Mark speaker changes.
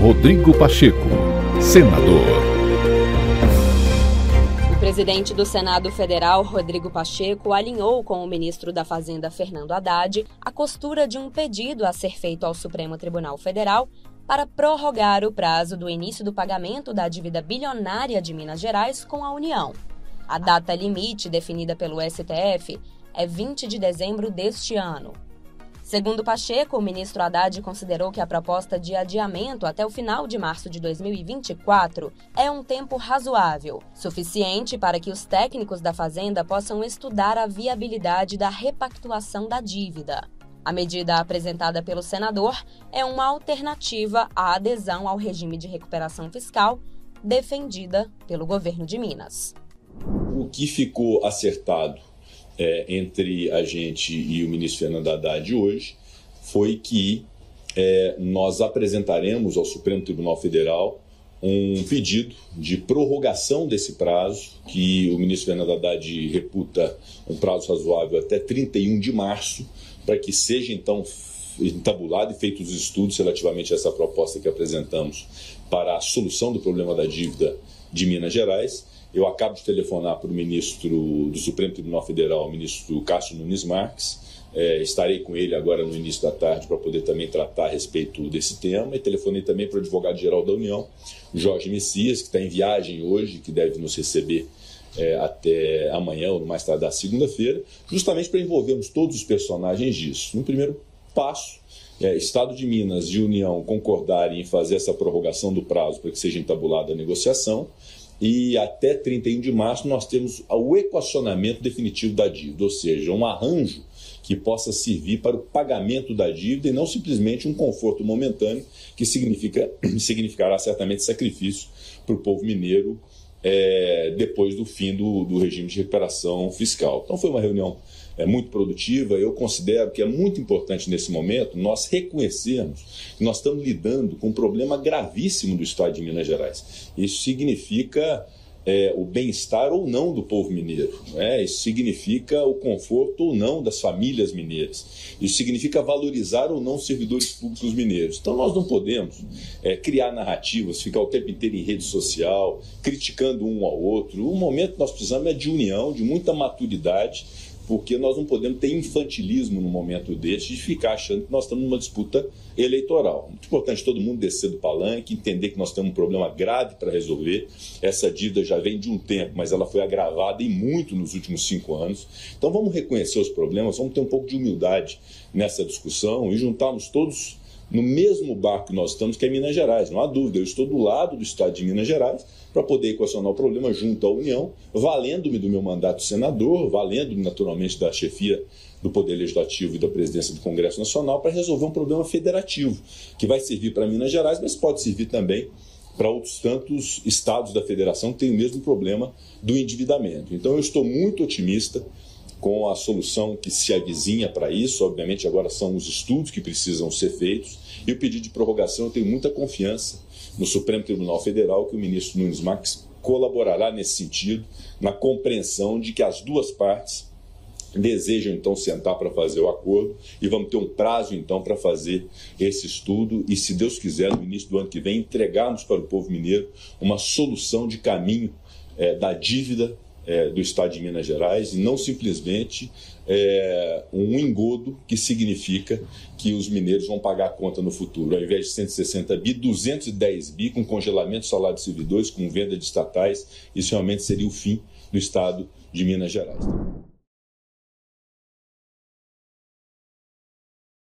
Speaker 1: Rodrigo Pacheco, senador.
Speaker 2: O presidente do Senado Federal, Rodrigo Pacheco, alinhou com o ministro da Fazenda, Fernando Haddad, a costura de um pedido a ser feito ao Supremo Tribunal Federal para prorrogar o prazo do início do pagamento da dívida bilionária de Minas Gerais com a União. A data limite definida pelo STF é 20 de dezembro deste ano. Segundo Pacheco, o ministro Haddad considerou que a proposta de adiamento até o final de março de 2024 é um tempo razoável, suficiente para que os técnicos da Fazenda possam estudar a viabilidade da repactuação da dívida. A medida apresentada pelo senador é uma alternativa à adesão ao regime de recuperação fiscal defendida pelo governo de Minas.
Speaker 3: O que ficou acertado entre a gente e o ministro Fernando Haddad hoje foi que nós apresentaremos ao Supremo Tribunal Federal um pedido de prorrogação desse prazo, que o ministro Fernando Haddad reputa um prazo razoável até 31 de março, para que seja então entabulado e feitos os estudos relativamente a essa proposta que apresentamos para a solução do problema da dívida de Minas Gerais. Eu acabo de telefonar para o ministro do Supremo Tribunal Federal, o ministro Cássio Nunes Marques. Estarei com ele agora no início da tarde para poder também tratar a respeito desse tema. E telefonei também para o advogado-geral da União, Jorge Messias, que está em viagem hoje, que deve nos receber até amanhã ou no mais tardar segunda-feira, justamente para envolvermos todos os personagens disso. No primeiro passo, Estado de Minas e União concordarem em fazer essa prorrogação do prazo para que seja entabulada a negociação. E até 31 de março nós temos o equacionamento definitivo da dívida, ou seja, um arranjo que possa servir para o pagamento da dívida e não simplesmente um conforto momentâneo que significará certamente sacrifício para o povo mineiro depois do fim do regime de recuperação fiscal. Então foi uma reunião muito produtiva. Eu considero que é muito importante nesse momento nós reconhecermos que nós estamos lidando com um problema gravíssimo do Estado de Minas Gerais. Isso significa o bem-estar ou não do povo mineiro, Isso significa o conforto ou não das famílias mineiras. Isso significa valorizar ou não os servidores públicos mineiros. Então nós não podemos criar narrativas, ficar o tempo inteiro em rede social, criticando um ao outro. O momento que nós precisamos é de união, de muita maturidade, porque nós não podemos ter infantilismo no momento desse de ficar achando que nós estamos numa disputa eleitoral. Muito importante todo mundo descer do palanque, entender que nós temos um problema grave para resolver. Essa dívida já vem de um tempo, mas ela foi agravada e muito nos últimos 5 anos. Então vamos reconhecer os problemas, vamos ter um pouco de humildade nessa discussão e juntarmos todos no mesmo barco que nós estamos, que é Minas Gerais. Não há dúvida, eu estou do lado do Estado de Minas Gerais para poder equacionar o problema junto à União, valendo-me do meu mandato de senador, valendo-me naturalmente da chefia do Poder Legislativo e da presidência do Congresso Nacional para resolver um problema federativo, que vai servir para Minas Gerais, mas pode servir também para outros tantos estados da federação que têm o mesmo problema do endividamento. Então eu estou muito otimista com a solução que se avizinha para isso. Obviamente agora são os estudos que precisam ser feitos e o pedido de prorrogação eu tenho muita confiança no Supremo Tribunal Federal que o ministro Nunes Marques colaborará nesse sentido, na compreensão de que as duas partes desejam então sentar para fazer o acordo e vamos ter um prazo então para fazer esse estudo e, se Deus quiser, no início do ano que vem entregarmos para o povo mineiro uma solução de caminho da dívida do Estado de Minas Gerais e não simplesmente um engodo que significa que os mineiros vão pagar a conta no futuro. Ao invés de 160 bi, 210 bi com congelamento do salário de servidores, com venda de estatais. Isso realmente seria o fim do Estado de Minas Gerais.